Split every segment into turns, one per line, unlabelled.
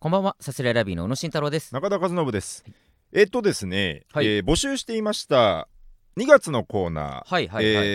こんばんは、サスレラビーの宇野慎太郎です。
中田和信です。ですね、
はい
募集していました2月のコーナー、
はいはいはい。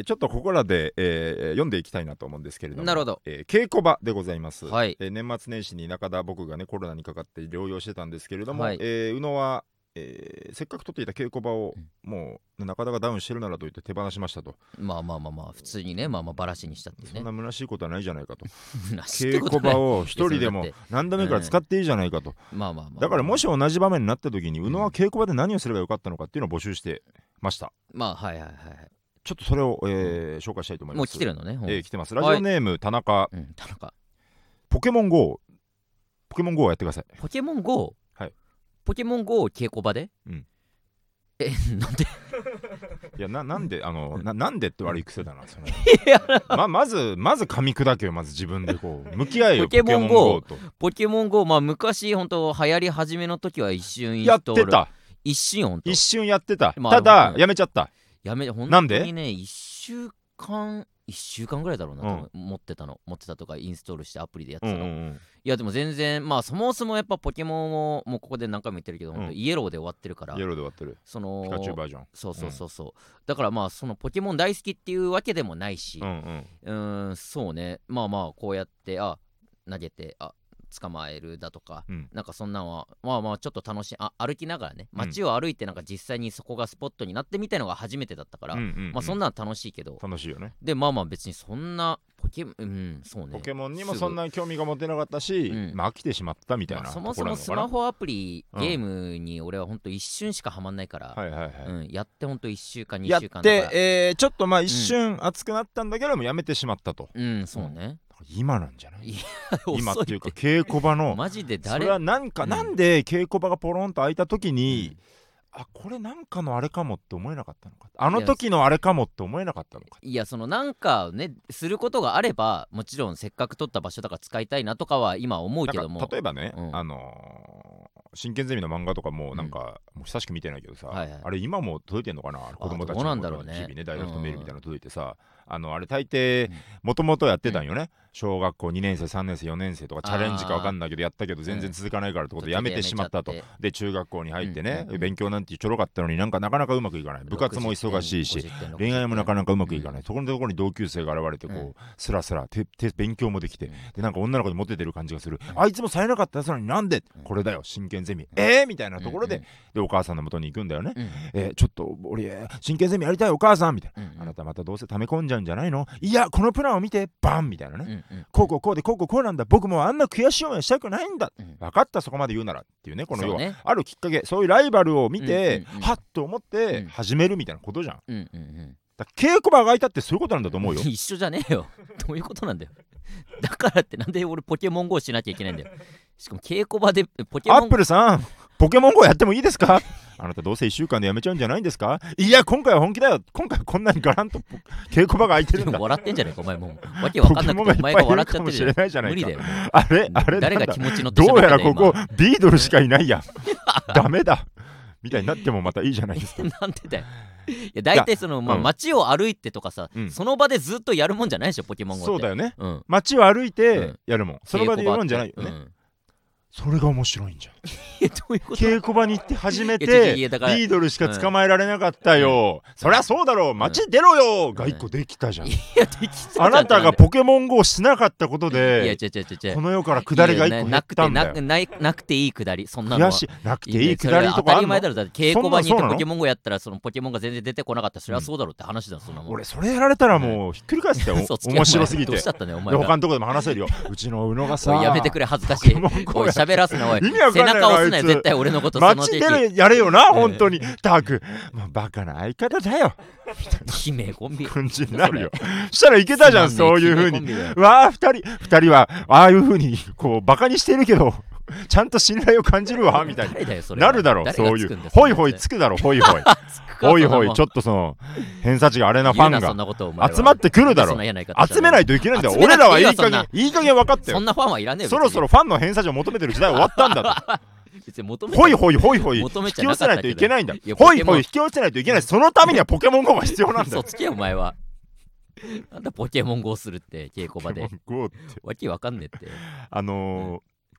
ちょっとここらで、読んでいきたいなと思うんですけれども、
なるほど。
稽古場でございます。
はい。
年末年始に僕がねコロナにかかって療養してたんですけれども、
はい。
宇野は、せっかく取っていた稽古場を、
うん
もう中田がダウンしてるならと言って手放しましたと。
まあまあまあまあ、普通にね、まあまあバラシにしたっていうね。
そんな虚しいことはないじゃないかと。
なしって
稽
ことない。
古場を一人でも
いや
何度目から使っていいじゃないかと。
まあまあまあまあ。
だからもし同じ場面になった時に、
ん
宇野は稽古場で何をすればよかったのかっていうのを募集してました。
まあはいはいはいはい。
ちょっとそれを、紹介したいと思い
もう
ます。
来てるのね。
来てます。ラジオネーム、田中。
田中。
ポケモン GO をやってください。
ポケモン GO？
はい。
ポケモン GO を稽古場で？
うん。
なんで？
いやなんでなんでって悪い癖だなそれ。
いや
まず噛み砕けよ。まず自分でこう向き合えよ。
ポケモン GO
と
ポケモン GO、まあ昔本当流行り始めの時は一瞬イン
や
ストール
ってた。
一瞬
やってた。
まあ
ただやめちゃった。
本
なんで
当にね、1週間ぐらいだろうな、多分持ってたとかインストールしてアプリでやってたの、いやでも全然まあそもそもやっぱポケモンをもうここで何回も言ってるけど、本当イエローで終わってるから、
イエローで終わってる。
その
ピカチュウバージョン。
そう、だからまあそのポケモン大好きっていうわけでもないし、そうね、まあまあこうやって投げて捕まえるだとか、なんかそんなんはまあまあちょっと楽しい、歩きながらね、街を歩いてなんか実際にそこがスポットになってみたいのが初めてだったから、まあそんなん楽しいけど、
楽しいよね。
でまあまあ別にそんなそうね、
ポケモンにもそんなに興味が持てなかったし、飽きてしまったみたいな、
そもそもスマホアプリ、ゲームに俺はほんと一瞬しかハマんないから、やってほんと1週間2週間とか
やって、ちょっとまあ一瞬熱くなったんだけどもやめてしまったと。
そうね、
今なんじゃない？
いや
今っていうか稽古場の
マジで
それはなんで稽古場がポロンと開いた時に、これなんかのあれかもって思えなかったのか、あの時のあれかもって思えなかったのか。
いやそのなんかねすることがあればもちろんせっかく撮った場所だから使いたいなとかは今思うけども、
例えばね、真剣ゼミの漫画とかもなんか、もう久しく見てないけどさ、あれ今も届いてんのかな、子供たちの日々ね、ダイレクトメールみたいなの届いてさ、あれ大抵もともとやってたんよね、小学校2年生3年生4年生とかチャレンジか分かんないけどやったけど全然続かないからってことでやめてしまったと。で中学校に入ってね、勉強なんてちょろかったのになんかなかなかうまくいかない、部活も忙しいし恋愛もなかなかうまくいかない、そこのところに同級生が現れてこうスラスラ勉強もできて、でなんか女の子にモテてる感じがする、あいつも冴えなかったやつなのになんで、これだよ真剣ゼミみたいなところで、お母さんの元に行くんだよね、ちょっと俺真剣ゼミやりたいお母さんみたいな、あなたまたどうせ溜め込んじゃうんじゃないの、いやこのプランを見てバンみたいなね、こうでこうなんだ、僕もあんな悔しい思いはしたくないんだ、分かったそこまで言うならっていうね、この要はあるきっかけ、そういうライバルを見てはっと思って始めるみたいなことじゃん。稽古場が開いたってそういうことなんだと思うよ。
一緒じゃねえよどういうことなんだよだからってなんで俺ポケモン GO しなきゃいけないんだよ。しかも稽古場でポケモン
アップルさんポケモン GO やってもいいですかあなたどうせ1週間でやめちゃうんじゃないんですか。いや今回は本気だよ、今回はこんなにガランと稽古場が開いてるんだ
笑ってんじゃねえかお前、もうわけわかんなくてお前が笑っちゃってるじゃん。無理だよ
あれ
誰が気持ち乗って
どうやらここビードルしかいないやダメだみたいになってもまたいいじゃないですか
なんでだよ。いや大体その街を歩いてとかさ、その場でずっとやるもんじゃないでしょポケモン GO って。
そうだよね、街を歩いてやるもん、その場でやるもんじゃないよね。それが面白いんじゃん。稽古場に行って初めてビードルしか捕まえられなかったよ、そりゃそうだろう、街出ろよが1個できたじゃん。あなたがポケモン GO をしなかったことでこの世から下りが1個減ったんだよ。
なくていい下り、そんなのは
なくていい下りとかあんの。当た
り前だろ。だって稽古場に行ってポケモン GO やったらそのポケモンが全然出てこなかったらそれはそうだろうって話だ。そんなもん俺
それやられたらもうひっくり返すよ面白すぎて。他のとこでも話せるよ、うちの宇野がさ
やめてくれ恥ずかしい、喋らすなおい、背中押すなよ絶対俺のこと。その
街でやれよな本当にタク、もうバカな相方だよ
姫コンビ
感じになるよ。したらいけたじゃん、そういう風に。わあ二人はああいう風にこうバカにしてるけどちゃんと信頼を感じるわみたいになるだろう。そういうホイホイつくだろ、ホイホイホイホイちょっとその偏差値があれなファンが集まってくるだろ。集めないといけないんだよ。俺らはいい加減分かったよ。
そんなファンはいらねえよ。
そろそろファンの偏差値を求めてる時代終わったんだとホイホイ引き寄せないといけないんだ。ホイホイ引き寄せないといけない。そのためにはポケモン GO が必要なんだよ。
嘘つけよお前は。なんだポケモン GO するって稽古場でわけわかんねえって。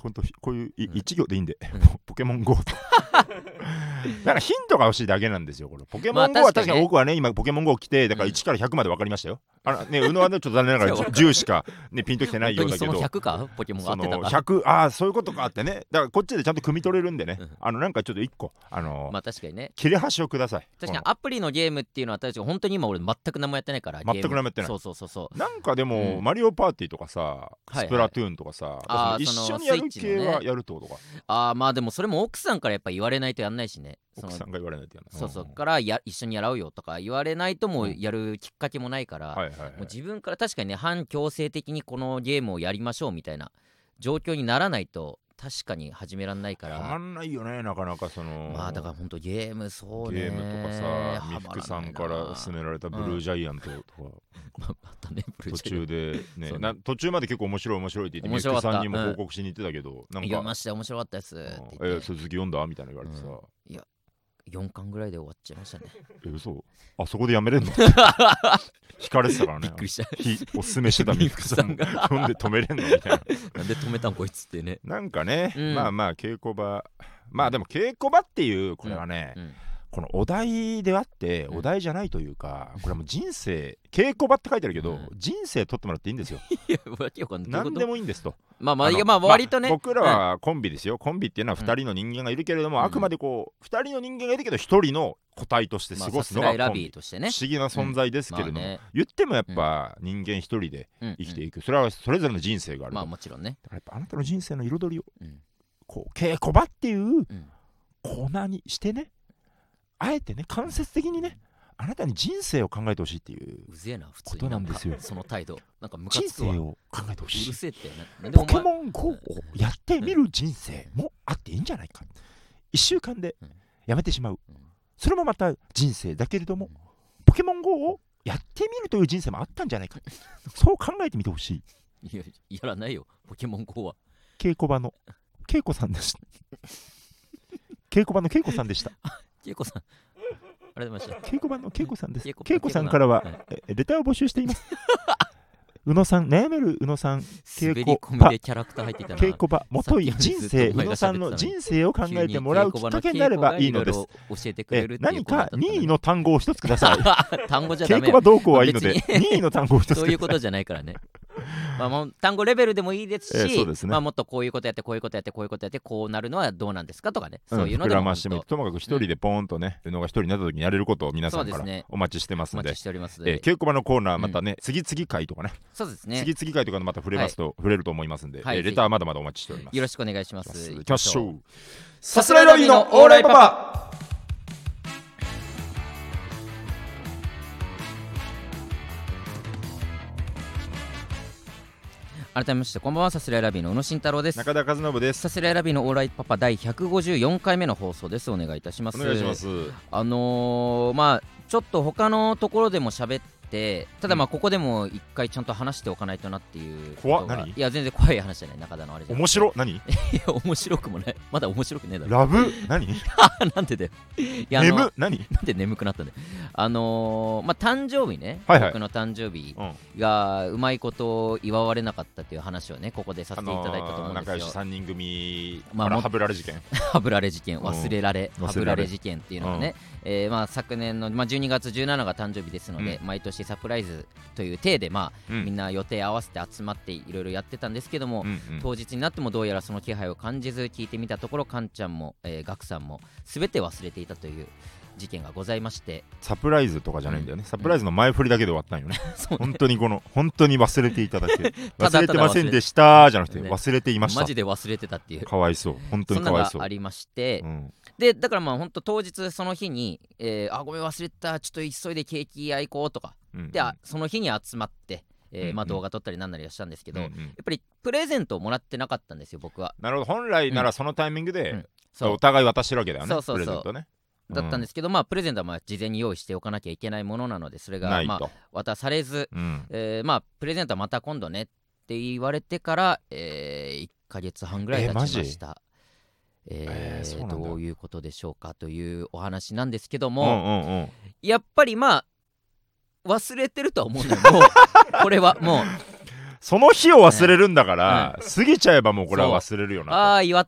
本当こういう1行でいいんで、ポケモン GO となんかヒントが欲しいだけなんですよ。これポケモン GO は確かに僕はね今ポケモン GO 来てだから1から100まで分かりましたよ。宇野はねちょっと残念ながら10しかねピンときてないようだけど、
その100かポケモンが合ってたか
100そういうことかってね。だからこっちでちゃんと汲み取れるんでね、なんかちょっと1個
まあ確かにね
切れ端をください。
確かにアプリのゲームっていうのは確かに本当に今俺全く何もやってないから
全く何もやってない。
そう
なんかでもマリオパーティーとかさスプラトゥーンとかさ一緒にやる系はやるってことか。
まあでもそれも奥さんからやっぱ言われないとやんないしね。
奥さんが言われないとやんない。
そうから一緒にやろうよとか言われないともうやるきっかけもないから、もう自分から確かにね反強制的にこのゲームをやりましょうみたいな状況にならないと確かに始めらんないから。
はまんないよねなかなか
まあだからほんとゲームそうね。
ゲームとかさミフクさんから勧められたブルージャイアントとか、
あったねブルージャイアント
途中でね途中まで結構面白いって言ってミフクさんにも報告しに行ってたけど、なんか
言いました面白かったですって言って、
続き読んだみたいな言われてさ、
いや4巻ぐらいで終わっちゃいましたね。
嘘？そこでやめれんの？引かれてたからね。
びっくりした。
おすすめしてたミフクさんが読んで止めれんのみたいな。
なんで止めたんこいつってね。
なんかね、まあ稽古場、まあでも稽古場っていうこれはね、このお題であってお題じゃないというか、これはもう人生稽古場って書いてあるけど、人生取ってもらっていいんですよ。何でもいいんですと。
まあ割とね、
僕らはコンビですよ。コンビっていうのは2人の人間がいるけれども、あくまでこう2人の人間がいるけど1人の個体として過ごすのがコンビ。不思議な存在ですけれども、言ってもやっぱ人間一人で生きていく、それはそれぞれの人生がある。
まあもちろんね。
やっぱあなたの人生の彩りをこう稽古場っていう粉にしてね、あえてね間接的にねあなたに人生を考えてほしいっていうことなんですよ。
その態度なんかムカつくわ。
人生を考えてほしい。
うるせえって
ポケモン GO をやってみる人生もあっていいんじゃないか。1週間でやめてしまう、それもまた人生だけれども、ポケモン GO をやってみるという人生もあったんじゃないか。そう考えてみてほしい。
いややらないよポケモン GO は。
稽古場の稽古さんでした。稽古場の稽古さんでした。
稽古さんありがとうございました。
稽古場の稽古さんです。稽古さんからはレターを募集しています。宇野さん、悩める宇野さん、
稽古場
稽古場もとい人生、宇野さんの人生を考えてもらうきっかけになればいいのです。何か任意の単語を一つください。
単語じゃダメ。
稽古場動向はいいので任意の単語を一つください。
そういうことじゃないからね。まあ、単語レベルでもいいですし、まあ、もっとこういうことやってこういうことやってこういうことやってこうなるのはどうなんですかとかね、そういうのでも
ともかく一人でポーンとね、宇野が一人になった時にやれることを皆さんからお待ちしてますので、稽古場のコーナーまたね、次々回とかね、
そうですね、
次々回とかまた触れますと触れると思いますんで、レターまだまだお待ちしております。
よろしくお願いします。
いきましょう。
さすらいラビーのオーライパパ。改めましてこんばんは、さすらいラビーの宇野慎太郎です。
中田和信です。
さすらいラビーのオーライパパ第154回目の放送です。お願いいたします。
お願いします。
まあちょっと他のところでも喋って、ただまあここでも一回ちゃんと話しておかないとなっていう。
怖っ、何？
いや全然怖い話じゃない、中田のあれじゃ。
面白何？い
や面白くもない、まだ面白くねえだろ。
ラブ何？
なんでだよ。
眠何？
なんで眠くなったんだよ。まあ誕生日ね、
はいはい、
僕の誕生日がうまいこと祝われなかったという話をねここでさせていただいたと思うんですよ。
仲良し3人組からハブられ事件、
ハブられ事件、忘れられ、ハブられ事件っていうのがね、まあ昨年の12月17が誕生日ですので、毎年サプライズという体でまあみんな予定合わせて集まっていろいろやってたんですけども、当日になってもどうやらその気配を感じず、聞いてみたところカンちゃんもガクさんも全て忘れていたという事件がございまして、
サプライズとかじゃないんだよね、サプライズの前振りだけで終わったんよね。本当に本当に忘れていただけ忘れてませんでしたじゃなくて、忘れていました。
マジで忘れてたっていう、
かわいそう、本当にかわいそう。
そんなのがありまして、でだからまあ本当当日その日に、ごめん忘れてた、ちょっと急いでケーキ屋行こうとか、でその日に集まってまあ動画撮ったりなんなりはしたんですけど、やっぱりプレゼントをもらってなかったんですよ僕は。
なるほど、本来ならそのタイミングでお互い渡してるわけだよね、プレゼントね。
だったんですけど、まあプレゼントはまあ事前に用意しておかなきゃいけないものなので、それがまあ渡されず、まあプレゼントはまた今度ねって言われてから、1ヶ月半ぐらい経ちました。どういうことでしょうかというお話なんですけども、やっぱりまあ忘れてるとは思うんだよ、もうこれはもう
その日を忘れるんだから、過ぎちゃえばもうこれは忘れるよな。
ああ祝った、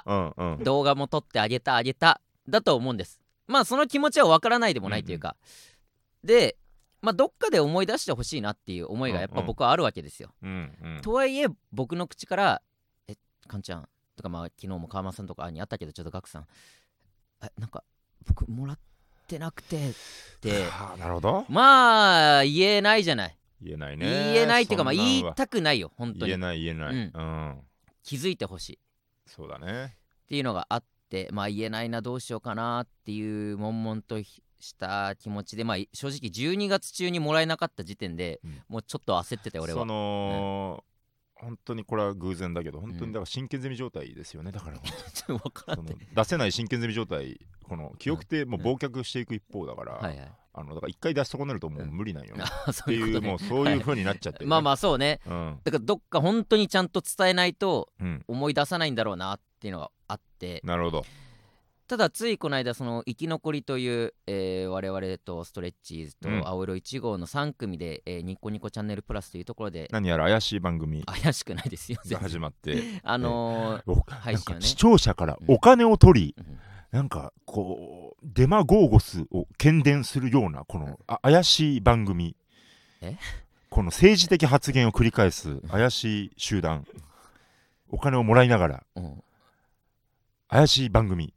動画も撮ってあげただと思うんです。まあその気持ちは分からないでもないというか、でまあどっかで思い出してほしいなっていう思いがやっぱ僕はあるわけですよ。とはいえ僕の口からカンちゃんとか、まあ昨日も川間さんとかにあったけど、ちょっとガクさんなんか僕もらってなくてって
なるほど、
まあ言えないじゃない。
言えないね。
言えないっていうか、まあ言いたくないよ本当に。
言えない、
気づいてほしい。
そうだね
っていうのがあって、まあ言えないな、どうしようかなっていう悶々とした気持ちで、まあ正直12月中にもらえなかった時点で、もうちょっと焦ってたよ俺は。
本当にこれは偶然だけど、本当にだから真剣ゼミ状態ですよね。だから
分からんって、
出せない真剣ゼミ状態、この記憶ってもう忘却していく一方だから、だから一回出し損ねるともう無理なんよね、っていう、もうそういう風になっちゃってる、
まあまあそうね、だからどっか本当にちゃんと伝えないと思い出さないんだろうなっていうのがあって、
なるほど。
ただついこの間その生き残りという、我々とストレッチーズと青色1号の3組で、ニコニコチャンネルプラスというところで
何やら怪しい番組
怪しくないですよ
が始まって
配信をね、
視聴者からお金を取り、なんかこうデマゴーゴスを喧伝するようなこの怪しい番組、この政治的発言を繰り返す怪しい集団、お金をもらいながら、怪しい番組。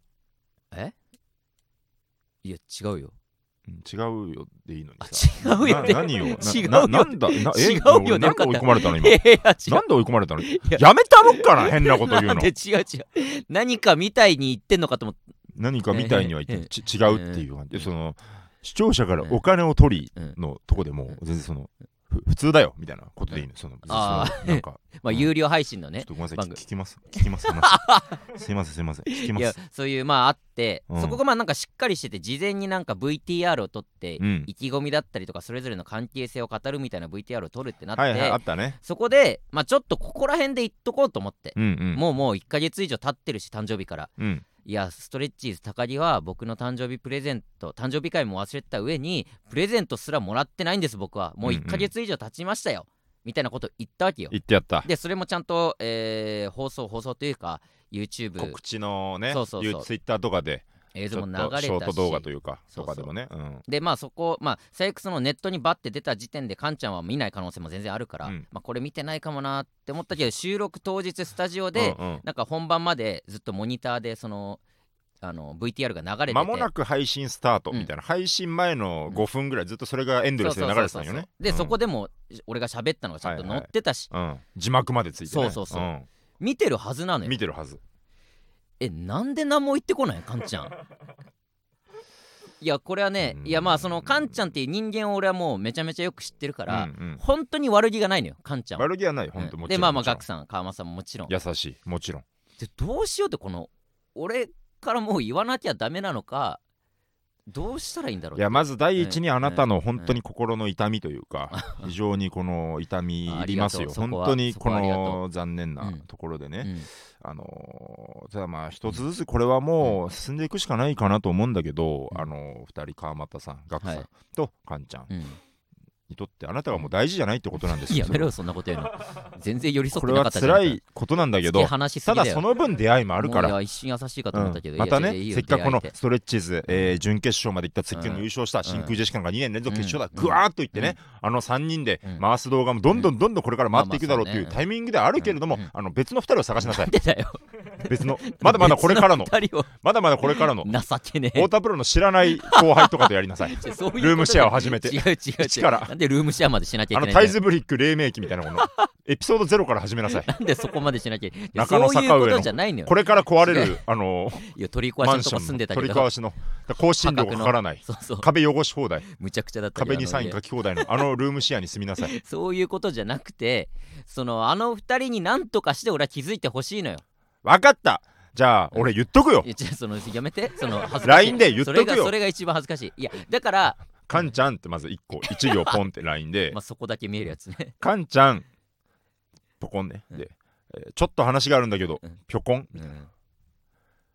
いや違うよ、
違うよでいいのにさ。
違うよで
何よ、違う
よ、
なんだ、
違うよ
なんで追い込まれたの今。なんで追い込まれたの。
や
めたろっかな、変なこと言うの。
違う何かみたいに言ってんのかと思って。
何かみたいには言って違うっていう感じで、その視聴者からお金を取りのとこでも全然その普通だよみたいなことでいいの。そのなんか
まあ有料配信のね、
ちょっとごめんなさい、聞きますすいません聞きます。
いやそういうまああって、そこがまあなんかしっかりしてて、事前になんか VTR を撮って意気込みだったりとかそれぞれの関係性を語るみたいな VTR を撮るってなって、
あったね。
そこでまあちょっとここら辺で言っとこうと思って、もう1ヶ月以上経ってるし誕生日から、いやストレッチーズ高木は僕の誕生日プレゼント、誕生日会も忘れてた上にプレゼントすらもらってないんです、僕はもう1ヶ月以上経ちましたよ、みたいなこと言ったわけよ。
言ってやった。
でそれもちゃんと、放送というか YouTube
告知のね、Twitter とかで
映像も流れたし、シ
ョート動画というかとかでもね、
でまあそこ最悪そのネットにバッて出た時点でカンちゃんは見ない可能性も全然あるから、まあこれ見てないかもなって思ったけど、収録当日スタジオでなんか本番までずっとモニターでそのVTR が流れてて、
間もなく配信スタートみたいな、配信前の5分ぐらいずっとそれがエンドレスで流れてたんよね。
でそこでも俺が喋ったのがちゃんと載ってたし、
字幕までついてね、
見てるはずなのよ。
見てるはず。
なんで何も言ってこないカンちゃん。いやこれはね、いやまあそのカンちゃんっていう人間を俺はもうめちゃめちゃよく知ってるから、本当に悪気がないのよカンちゃんは。
悪気はない、本当もちろん。
でまあガクさん川間さんももちろん
優しい、もちろん。
でどうしようって、この俺からもう言わなきゃダメなのか、どうしたらいいんだろう。
いやまず第一にあなたの本当に心の痛みというか、非常にこの痛み入りますよ本当に、この残念なところでね。ただまあ一つずつこれはもう進んでいくしかないかなと思うんだけど、2人川又さん、ガクさんとカンちゃんにとってあなたがもう大事じゃないってことなんですよ。
やめろよそんなこと言うの。全然寄り添ってなかったじゃん。
これは辛いことなんだけど、ただその分出会いもあるから。
いや一瞬優しいかと思ったけど、
またね、せっかくこのストレッチーズ、準決勝まで行った次の優勝した真空ジェシカが2年連続決勝だ、ぐわーっといってね、3人で回す動画もどんどんこれから回っていくだろうっていうタイミングであるけれども、別の2人を探しなさい。別のまだまだこれからの
情けねえ
太田プロの知らない後輩とかとやりなさい。ルームシェアを始めて。
違うなんでルームシェアまでしなきゃいけないんだよ。
タイズブリック黎明期みたいなものエピソード0から始めなさい。
なんでそこまでしなきゃいけない。
中野坂上のこれから壊れる
いや取り壊しのとこ住んでたけど、
取り壊しの更新料がかからない、壁汚し放題、
むちゃくちゃだった。
壁にサイン書き放題のルームシェアに住みなさい。
そういうことじゃなくて、その2人に何とかして俺は気づいてほしいのよ。
分かった、じゃあ俺言っとくよ。
やめて、その恥ずかしい
LINE で言っとくよ。
それが一番恥ずかしい。いやだから
カンちゃんってまず1行ポンって LINE で
まあそこだけ見えるやつね。
カンちゃんポコンね、でちょっと話があるんだけど、ぴょこん、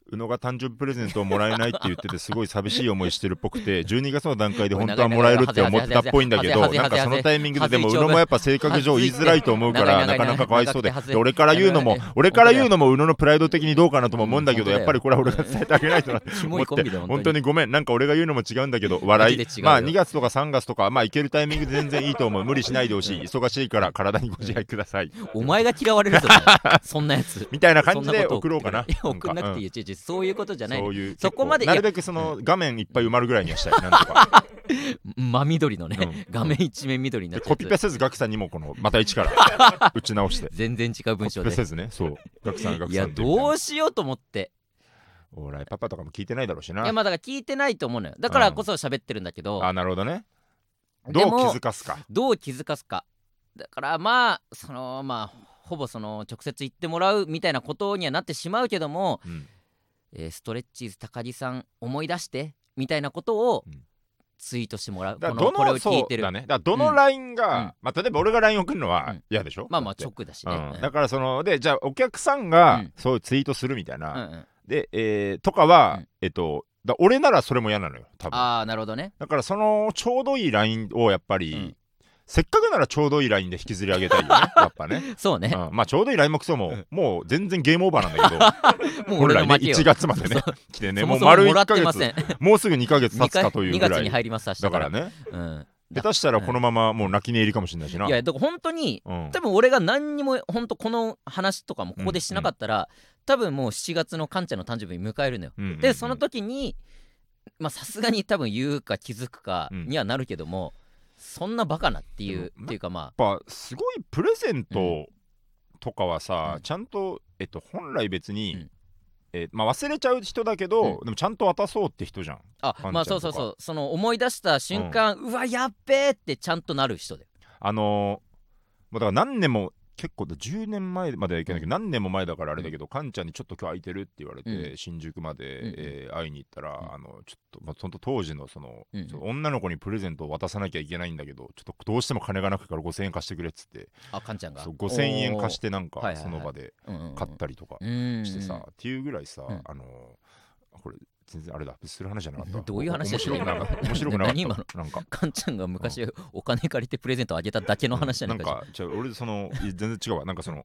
宇野が誕生日プレゼントをもらえないって言っててすごい寂しい思いしてるっぽくて12月の段階で本当はもらえるって思ってたっぽいんだけど、なんかそのタイミングででも宇野もやっぱ性格上言いづらいと思うからなかなかかわいそうで、俺から言うのも宇野のプライド的にどうかなとも思うんだけど、やっぱりこれは俺が伝えてあげないとなって思って本当にごめん、なんか俺が言うのも違うんだけど笑い。まあ2月とか3月とかまあ行けるタイミングで全然いいと思う。無理しないでほしい。忙しいから体にご自愛ください。
お前が嫌われるぞそんなやつ
みたいな感じで送ろうかな。
送んなくていいよ、そういうことじゃない。
そこまでなるべくその画面いっぱい埋まるぐらいにはしたい。なんとか
真緑のね、画面一面緑になっちゃう。
コピペせずガクさんにもこのまた一から打ち直して
全然違う文章で
コピペせずね。そうガクさん
いやどうしようと思って。
オーライパパとかも聞いてないだろうしな。
いやまあだから聞いてないと思うのよ。だからこそ喋ってるんだけど、
あなるほどね。どう気づかすかだからまあそのまあほぼその直接言ってもらうみたいなことにはなってしまうけども、ストレッチーズ高木さん思い出してみたいなことをツイートしてもらう。これを聞いてる。だね。だどの LINE が、まあ例えば俺が LINE 送るのは嫌でしょ。
まあまあ直だしね。
だからそのでじゃあお客さんがそういうツイートするみたいなでとかは俺ならそれも嫌なのよ多分。
ああなるほどね。
だからそのちょうどいい LINE をやっぱりせっかくならちょうどいいラインで引きずり上げたいよねやっぱね。
そうね、
まあちょうどいいラインもクソも、もう全然ゲームオーバーなんだけどもう俺らね1月までね来てね、もう丸1ヶ月もうすぐ2ヶ月経つかというぐらい
2月に入ります。
だからね、下手したらこのままもう泣き寝入りかもしれないしな。
いやだから本当に、多分俺が何にも本当この話とかもここでしなかったら、多分もう7月のカンちゃんの誕生日に迎えるのよ。でその時にまあさすがに多分言うか気づくかにはなるけども、そんなバカなっていうっていうか、ま
あやっぱすごいプレゼントとかはさ、ちゃんと本来別に、まあ忘れちゃう人だけど、でもちゃんと渡そうって人じゃん。
まあそうその思い出した瞬間、うわやっべえってちゃんとなる人で、
もうだから何年も結構10年前まではいけないけど、何年も前だからあれだけど、カンちゃんにちょっと今日空いてるって言われて、新宿まで、会いに行ったら、ちょっと、まあ、その当時のその、女の子にプレゼントを渡さなきゃいけないんだけど、ちょっとどうしても金がなくから5000円貸してくれっつって、
カンちゃんが
5000円貸してなんかその場で買ったりとかしてさ、っていうぐらいさ、これ全然あれだする話じゃなかった。
どういう話でしょ。
面白くなかった。
なんかカンちゃんが昔お金借りてプレゼントあげただけの話じゃないか。
なんかじゃ俺その全然違うわ。なんかその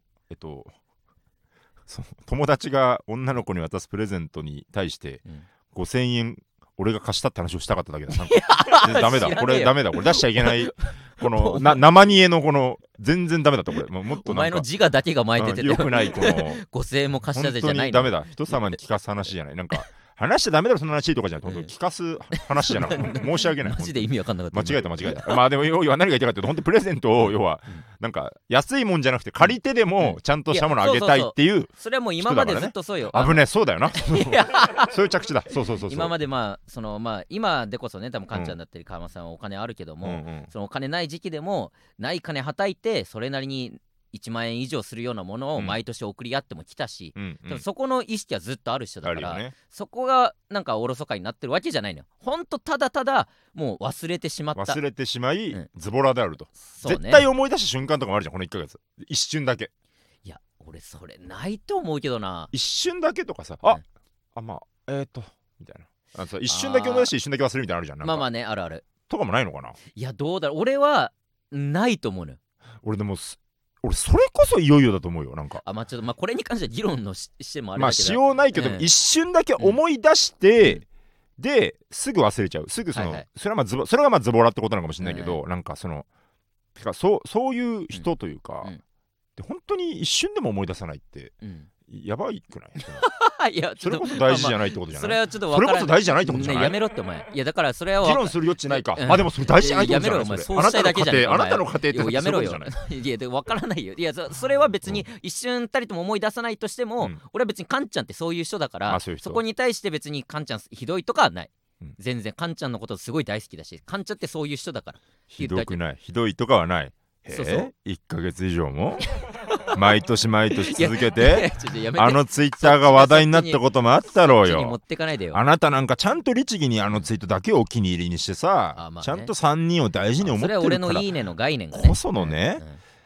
友達が女の子に渡すプレゼントに対して5000円俺が貸したって話をしたかっただけだ。なんかダメだこれダメだこれ出しちゃいけないこの生煮えのこの全然ダメだったこれ。もっと
お前の自我だけが前出てて
よくないこの
5000円も貸したぜじゃない。
ダメだ人様に聞かす話じゃない。なんか話しちゃダメだろそんな話とかじゃない。聞かす話じゃなくて申し訳ない。
マジで意味わかんなかった。
間違えた。まあでも要は何が言いたかったか本当プレゼントを要はなんか安いもんじゃなくて借りてでもちゃんとしたものあげたいっていう。
それはもう今までずっとそうよ。
危ねそうだよな。そういう着地だ。そう
今までまあ今でこそね多分カンちゃんだったり川間さんはお金あるけども、そのお金ない時期でもない金はたいてそれなりに1万円以上するようなものを毎年送り合ってもきたし、でもそこの意識はずっとある人だから、そこがなんかおろそかになってるわけじゃないのよ。ほんとただただもう忘れてしまった。
忘れてしまい、ズボラであると。絶対思い出した瞬間とかもあるじゃんこの1ヶ月。一瞬だけ。
いや俺それないと思うけどな。
一瞬だけとかさ、まあみたいな。一瞬だけ思い出して一瞬だけ忘れるみたいなのあるじゃん。
まあまあねある
とかもないのかな。
いやどうだろう俺はないと思うのよ。
俺でも俺それこそいよいよだと思うよ。なんか
まあちょっとこれに関しては議論のしてもあれだけど、
まあしようないけど、一瞬だけ思い出して、ですぐ忘れちゃう。すぐそれがまあズボラってことなのかもしれないけど、なんかそういう人というか、で本当に一瞬でも思い出さないって、やばいくない？いやそれこそ大事じゃないってことじゃない？
それはちょっと
それこそ大事じゃないってことじゃない？
やめろってお前。いやだからそれは
議論する余地ないか。でもそれ大事じゃないってことじゃない？
やめろお前。そうしたいだけじゃない。
あなたの家庭って
やめろよ。いやで分からないよ。いやそれは別に一瞬たりとも思い出さないとしても、俺は別にカンちゃんってそういう人だから、そこに対して別にカンちゃんひどいとかはない。全然カンちゃんのことすごい大好きだし、カンちゃんってそういう人だから。
ひどくない。ひどいとかはない。1ヶ月以上も毎年続けてあのツイッターが話題になったこともあったろうよ。あなたなんかちゃんと律儀にあのツイートだけをお気に入りにしてさ、ちゃんと3人を大事に思ってるから
それは俺のいいねの概念がね
こそのね、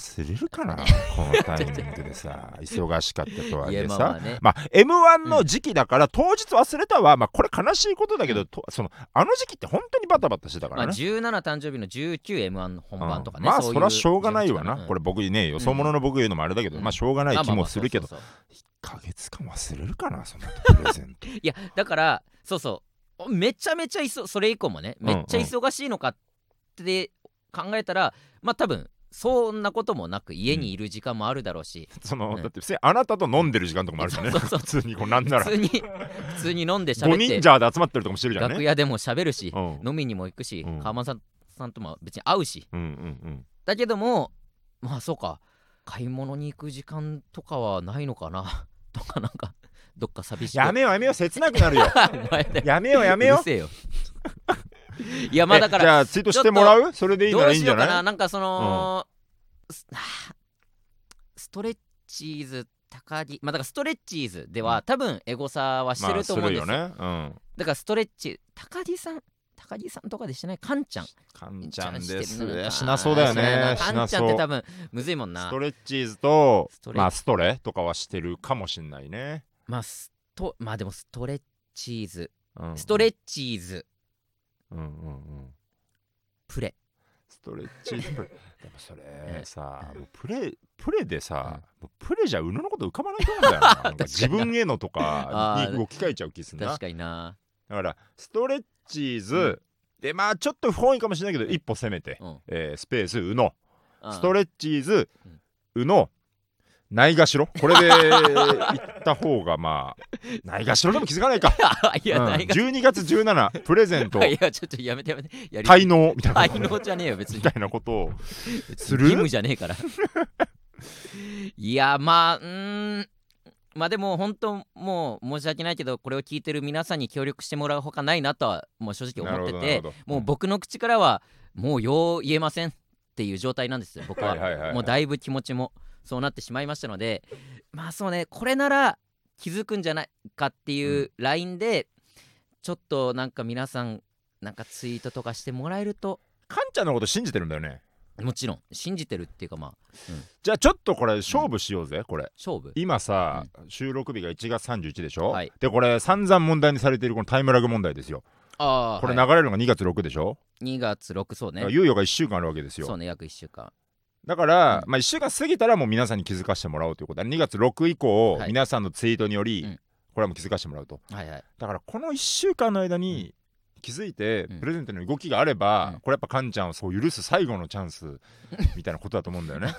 忘れるかなこのタイミングでさ忙しかったとはいえさ、
まあね、
まあ M1 の時期だから当日忘れたは、まあこれ悲しいことだけど、そのあの時期って本当にバタバタしてたからね、
まあ、17誕生日の 19M1 本番とかね、
まあそりゃしょうがないわな、これ僕ねよそ者の僕言うのもあれだけど、まあしょうがない気もするけど、1ヶ月間忘れるかなそのプレゼント。
いやだからそうめちゃめちゃそれ以降もねめっちゃ忙しいのかって考えたら、まあ多分そんなこともなく家にいる時間もあるだろうし、
だってあなたと飲んでる時間とかもあるじゃんね。普通にこうなんなら
普通に飲んで喋って
5人じゃで集まってるとかもしてるじゃんね。
楽屋でも喋るし、飲みにも行くし、川間さんとも別に会うし、だけどもまあそうか買い物に行く時間とかはないのかなとかなんかどっか寂しい。
やめよう切なくなるよやめよう
うるせえよいやまあだから
じゃあツイートしてもらう？それでいいならいいんじゃない？
どうしようかな。なんかその、ストレッチーズ高木、まあだからストレッチーズでは、多分エゴサはしてると思うんですよ。
まあするよね。
だからストレッチ高木さんとかでしてないカンちゃん
ですしなそうだよね。
カンちゃんって多分むずいもんな。
ストレッチーズとまあストレとかはしてるかもしんないね。
まあでもストレッチーズ、ストレッチーズプレ
ストレッチーズプレでもそれさもうプレでさ、プレじゃ宇野のこと浮かばないと思うんだよな自分へのとかに置き換えちゃう気するな。
確かにな。
だからストレッチーズ、でまあちょっと不本意かもしれないけど、一歩攻めて、スペース宇野、ストレッチーズ、宇野ないがしろ、これで行った方がまあないがしろでも気づかないか
いや、
12月17プレゼント
いやちょっとやめて
滞納みたいな、
滞納じゃねえよ別に
みたいなことをする
義務じゃねえからいやまあでも本当もう申し訳ないけど、これを聞いてる皆さんに協力してもらうほかないなとはもう正直思ってて、もう僕の口からはもうよう言えませんっていう状態なんですよ僕は。もうだいぶ気持ちもそうなってしまいましたので、まあそうね、これなら気づくんじゃないかっていうラインで、ちょっとなんか皆さんなんかツイートとかしてもらえると。
カンちゃんのこと信じてるんだよね。
もちろん信じてるっていうかまあ、
じゃあちょっとこれ勝負しようぜ、これ
勝負
今さ、収録日が1月31でしょ、でこれ散々問題にされているこのタイムラグ問題ですよ。これ流れるのが2月6でしょ。
2月6、そうね。
猶予が1週間あるわけですよ。
そうね、約1週間
だから、まあ1週間過ぎたらもう皆さんに気づかせてもらおうということで、2月6以降、皆さんのツイートにより、これはもう気づかせてもらうと、だからこの1週間の間に気づいてプレゼントの動きがあれば、これやっぱカンちゃんをそう許す最後のチャンスみたいなことだと思うんだよね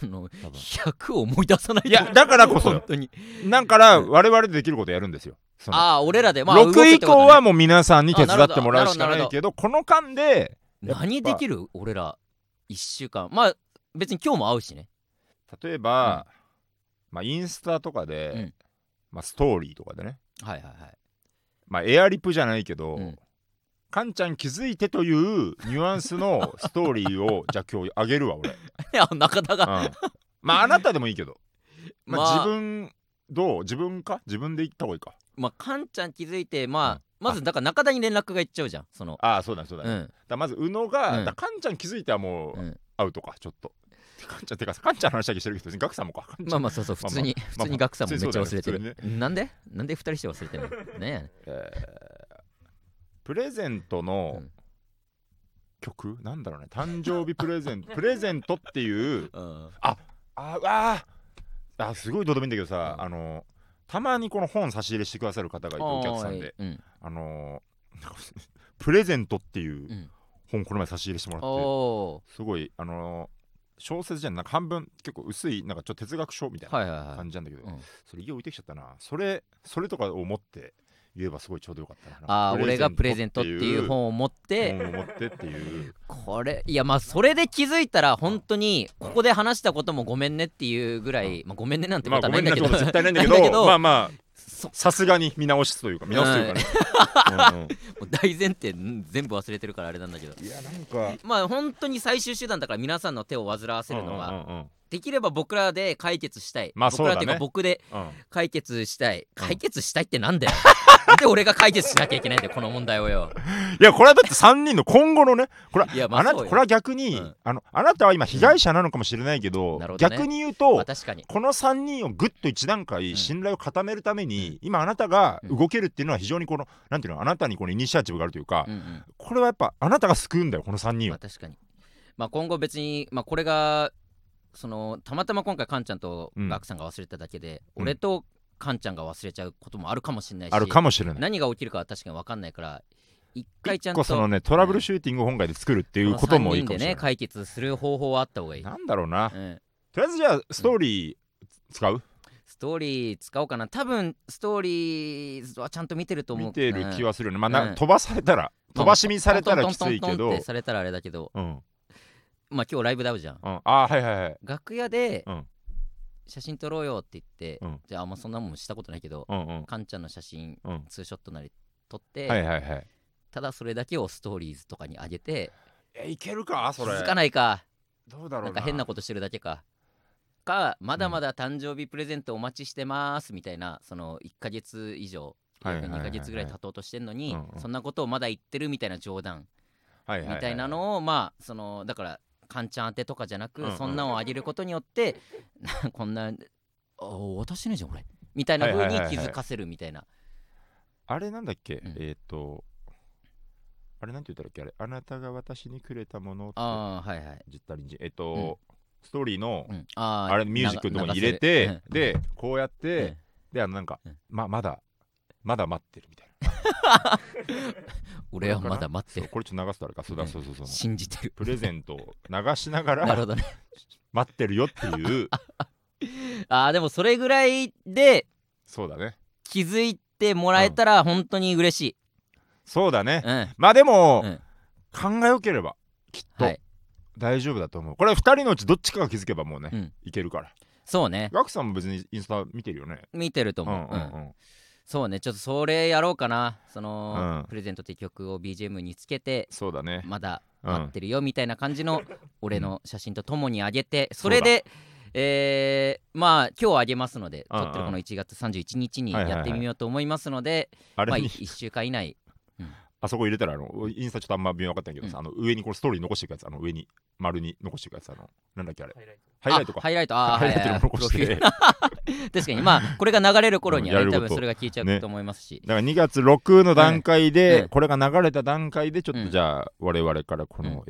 100を思い出さない。
いやだからこそ本当にだから我々でできることやるんですよ。
俺らで、
まあ、6以降はもう皆さんに手伝ってもらうしかないけど、この間で
何できる？俺ら1週間、まあ別に今日も会うしね。
例えば、まあインスタとかで、まあストーリーとかでね、まあエアリプじゃないけど、カンちゃん気づいてというニュアンスのストーリーをじゃあ今日あげるわ俺。い
や中田が、
まああなたでもいいけど、まあ自分自分で言った方がいいか。
まあカンちゃん気づいて、まずだから中田に連絡がいっちゃうじゃん。そう
だね、だまず宇野が、カンちゃん気づいてはもうアウトかちょっと。カンちゃんってかカンちゃんの話だけしてるけど、ガクさんもか。
まあそう普通にガクさんもめっちゃ忘れてる。なんで2人して忘れてるのね。
プレゼントの曲なんだろうね、誕生日プレゼントっていうすごいどうでもいいんだけどさ、たまにこの本差し入れしてくださる方がいて、お客さんでプレゼントっていう本この前差し入れしてもらって、すごい小説じゃん、なんか半分結構薄いなんかちょっと哲学書みたいな感じなんだけど、それ家置いてきちゃったな。それとかを持って言えばすごいちょうどよかったな。
俺がプレゼントっていう本を持って
っていう
これ、いやまあそれで気づいたら本当にここで話したこともごめんねっていうぐらい、まあごめんねなんてことはないんだけど、
絶対ないんだけど、まあさすがに見直すというかね、もう
大前提全部忘れてるからあれなんだけど、
いやなんか
まあ本当に最終手段だから皆さんの手を煩わせるのができれば僕らで解決したい、
まあそうだね、
僕らっていうか僕で解決したい、解決したいってなんだよなんで俺が解決しなきゃいけないんだよこの問題をよ。
いやこれはだって3人の今後のね、これは、
まあ、
これは逆に、あなたは今被害者なのかもしれないけど、逆に言うと、
確かに
この3人をぐっと一段階信頼を固めるために、今あなたが動けるっていうのは非常にこのなんていうの、あなたにこのイニシアチブがあるというか、これはやっぱあなたが救うんだよこの3人を。
確かに、今後別に、これがそのたまたま今回カンちゃんとガクさんが忘れただけで、俺とカンちゃんが忘れちゃうこともあるかもしれないし、
あるかもしれない。
何が起きるかは確かに分かんないから、一回ちゃんと
そのねトラブルシューティングを本会で作るっていうこともいいかもしれない。3人でね
解決する方法はあった方がいい。
なんだろうな、とりあえずじゃあストーリー使う？
ストーリー使おうかな。多分ストーリーはちゃんと見てると思う。
見てる気はするよね。飛ばされたら、飛ばし見されたらきついけど、
トントントントンってされたらあれだけど、今日ライブだうじゃん。
はいはいはい。
楽屋で写真撮ろうよって言って、じゃあそんなもんしたことないけど、カンちゃんの写真ツーショットなり撮って、ただそれだけをストーリーズとかに上げて、
いけるかそれ？
気づかないか。
どうだろうな。
なんか変なことしてるだけか。まだまだ誕生日プレゼントお待ちしてますみたいな、その1ヶ月以上2ヶ月ぐらい経とうとしてんのに、そんなことをまだ言ってるみたいな冗談みたいなのを、そのだからカンちゃん宛てとかじゃなく、そんなのをあげることによってこんな私ねじゃん俺みたいな風に気づかせるみたいな。
あれなんだっけ、あれなんて言ったらっけ、あれあなたが私にくれたものって、実体にストーリーの、あれミュージックのとこに入れて、でこうやって、でなんか、まだ待ってるみたいな
俺はまだ待ってる。
これちょっと流すとあれか、そう
信じてる。
プレゼントを流しながら
なるほどね
待ってるよっていう
でもそれぐらいで
そうだね、
気づいてもらえたら本当に嬉しい。
そうだね、でも、考えよければきっと大丈夫だと思う。これ2人のうちどっちかが気づけばもうね、いけるから。そうね。ガクさんも別にインスタ見てるよね。
見てると思う。そうね、ちょっとそれやろうかな。その、プレゼントって曲を BGM につけて、
そうだね、
まだ待ってるよみたいな感じの俺の写真とともにあげて、それで今日あげますので、撮ってるこの1月31日にやってみようと思いますので、1週間以内、
あそこ入れたらインスタちょっとあんま微妙分かったんやけどさ、上にこれストーリー残していくやつ、上に丸に残していくやつ、なんだっけあれ、ハイライトか、
ハイライト
残して
確かにこれが流れる頃にはね、多分それが消えちゃうと思いますし、
だから2月6の段階で、これが流れた段階でちょっとじゃあ我々からこの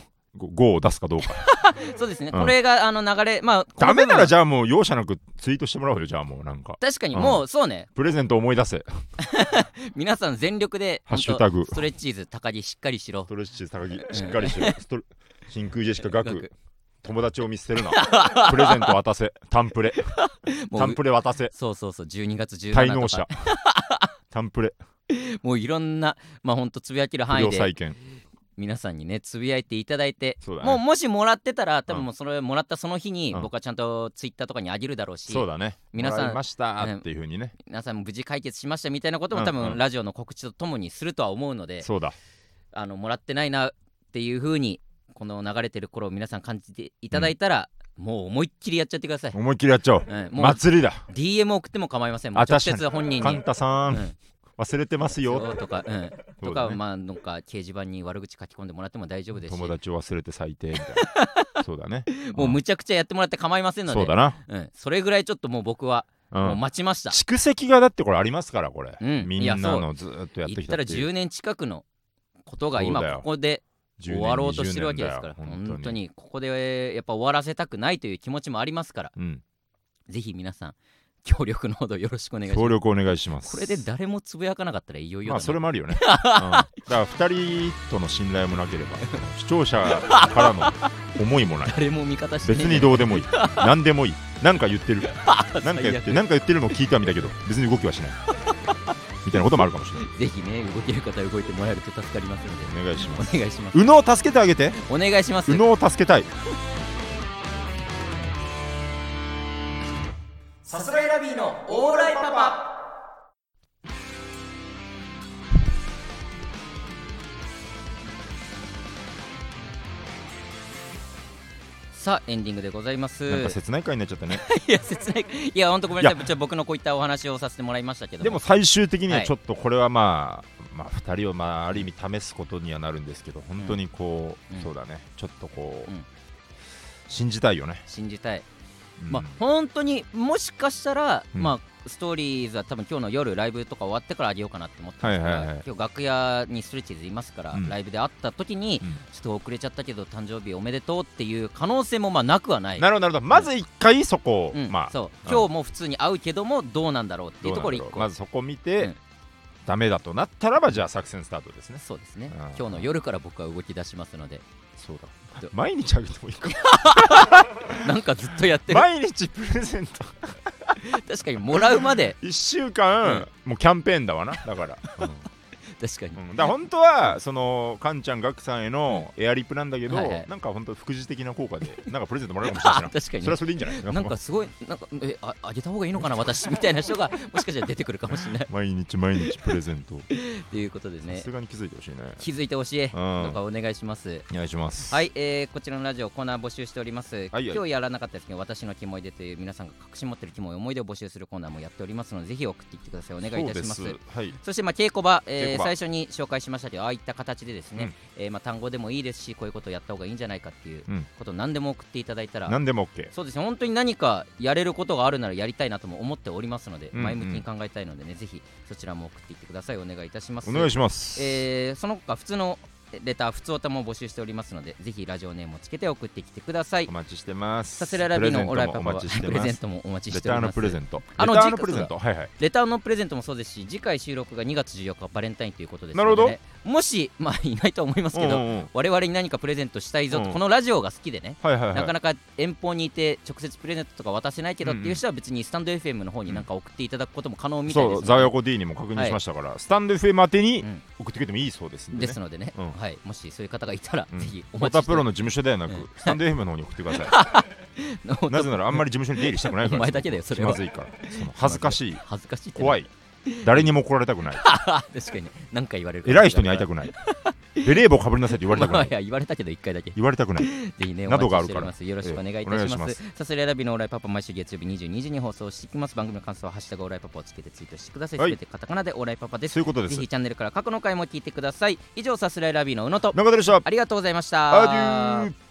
5を出すかどうか
そうですね、これが流れ、
ダメならじゃあもう容赦なくツイートしてもらおうよ。じゃあもうなんか
確かにもうそうね、
プレゼント思い出せ
皆さん全力で
ハッシュタグ
ストレッチーズ高木しっかりしろ、
ストレッチーズ高木しっかりしろ真空ジェシカガク友達を見捨てるなプレゼント渡せタンプレ渡せ、
そう12月17
滞納者タンプレ、
もういろんなほんとつぶやける範囲で皆さんにねつぶやいていただいて、もしもらってたら多分もうそれもらったその日に僕はちゃんとツイッターとかにあげるだろうし、
そうだね、
皆さん
もらいましたっていう風にね、
皆さんも無事解決しましたみたいなことも多分ラジオの告知とともにするとは思うので、
そうだ、
もらってないなっていう風にこの流れてる頃皆さん感じていただいたら、もう思いっきりやっちゃってください。
思いっきりやっちゃおう、祭りだ。
DM 送っても構いません。もう直接本人に
カンタさん、忘れてますよ
とか、とかなんか掲示板に悪口書き込んでもらっても大丈夫ですし、
友達を忘れて最低みたいなそうだね、
もうむちゃくちゃやってもらって構いませんので、
そうだな、
それぐらいちょっともう僕はもう待ちました。
蓄積がだってこれありますから、これ、みんなのずっとやってきたっていう、
言ったら10年近くのことが今ここで終わろうとしてるわけですから、本当にここでやっぱ終わらせたくないという気持ちもありますから、ぜひ皆さん協力のほどよろしくお願いします。
協力お願いします。
これで誰もつぶやかなかったらいよいよだな。
それもあるよね、だから2人との信頼もなければ視聴者からの思いもない
誰も味方して
別にどうでもいい何でもいい、なんか言ってるなんか言ってるのを聞いてはみたけど別に動きはしないみたいなこともあるかもしれない。
ぜひね、動ける方は動いてもらえると助かりますので
お願いします。
お願いします。
宇野を助けてあげて。
お願いします。
宇野を助けたい。
さすらいラビーのオーライパパ。 さあエンディングでございます。
なんか切ない回になっちゃったね
いや切ない、いや本当ごめんなさい、僕のこういったお話をさせてもらいましたけども、
でも最終的にはちょっとこれはまあ2人をある意味試すことにはなるんですけど、本当にこう、そうだね、ちょっとこう、信じたいよね。
信じたい、本当にもしかしたら、ストーリーズは多分今日の夜ライブとか終わってからあげようかなって思ってますから、今日楽屋にストレッチーズいますから、ライブで会った時に、ちょっと遅れちゃったけど誕生日おめでとうっていう可能性もなくはない。
なるほど、まず一回そこを、
そう今日も普通に会うけどもどうなんだろうっていうところ1個、
まずそこを見て、ダメだとなったらばじゃあ作戦スタートですね。
そうですね、今日の夜から僕は動き出しますので。
そうだ、毎日あげてもいいか
なんかずっとやってる
毎日プレゼント
確かにもらうまで
1週間、もうキャンペーンだわな、だから
確かに、
だから本当はそのカンちゃんガクさんへのエアリップなんだけど、なんか本当副次的な効果でなんかプレゼントもらえるかもしれない
確かに
それはそれでいいんじゃない。
なんかすごいなんかあげた方がいいのかな私みたいな人がもしかしたら出てくるかもしれない
毎日プレゼント
ということでね、
さすがに気づいてほしいね。
気づいてほしい、どうかお願いします。
お願いします。
はい、こちらのラジオコーナー募集しております。今日やらなかったですけど、私のキモいでという皆さんが隠し持ってるキモい思い出を募集するコーナーもやっておりますので、ぜひ送ってきてください。お願いいたします。そして稽古場、最初に紹介しましたけど、ああいった形でですね、単語でもいいですし、こういうことをやった方がいいんじゃないかっていうことを何でも送っていただいたら、
何でも OK。
そうですね、本当に何かやれることがあるならやりたいなとも思っておりますので、前向きに考えたいのでね、ぜひそちらも送っていってください。お願いいたします。
お願いします。
その他普通のレター、普通おたも募集しておりますので、ぜひラジオネームをつけて送ってきてください。
お待ちしてます。
さすらいラビのオライパパはプレゼントもお待ちしております。
レターのプレゼント、
レターのプレゼント、レターのプレゼントもそうですし、次回収録が2月14日バレンタインということですので、もしいないと思いますけど、我々に何かプレゼントしたいぞと、このラジオが好きでね、なかなか遠方にいて直接プレゼントとか渡せないけどっていう人は、別にスタンド FM の方になんか送っていただくことも可能みたいです。
そう、ザヨコ D にも確認しましたから、スタンド FM 宛てに送ってくれてもいいそうです
のでね、もしそういう方がいたら、ぜひお
待ちして。モタプロの事務所ではなく、スタンド FM の方に送ってくださいなぜならあんまり事務所に出入りしたくないから。
お前だけだよ、それは。
気まずいから、恥ずかしい、
怖
い、誰にも怒られたくない
確かに何回言われる。
偉い人に会いたくない。ベレー帽かぶりなさいって言われたくない。
いや言われたけど1回だけ
言われたくない。
ぜひね、
などがあるから
よろしくお願いいたします。さすらいラビのオーライパパ、毎週月曜日22時に放送していきます。番組の感想はハッシュタグオーライパパをつけてツイートしてください。すべてカタカナでオーライパパです。
そういうことです。
ぜひチャンネルから過去の回も聞いてください。以上、さすらいラビの宇野と
中田でした。
ありがとうございました。
アデュー。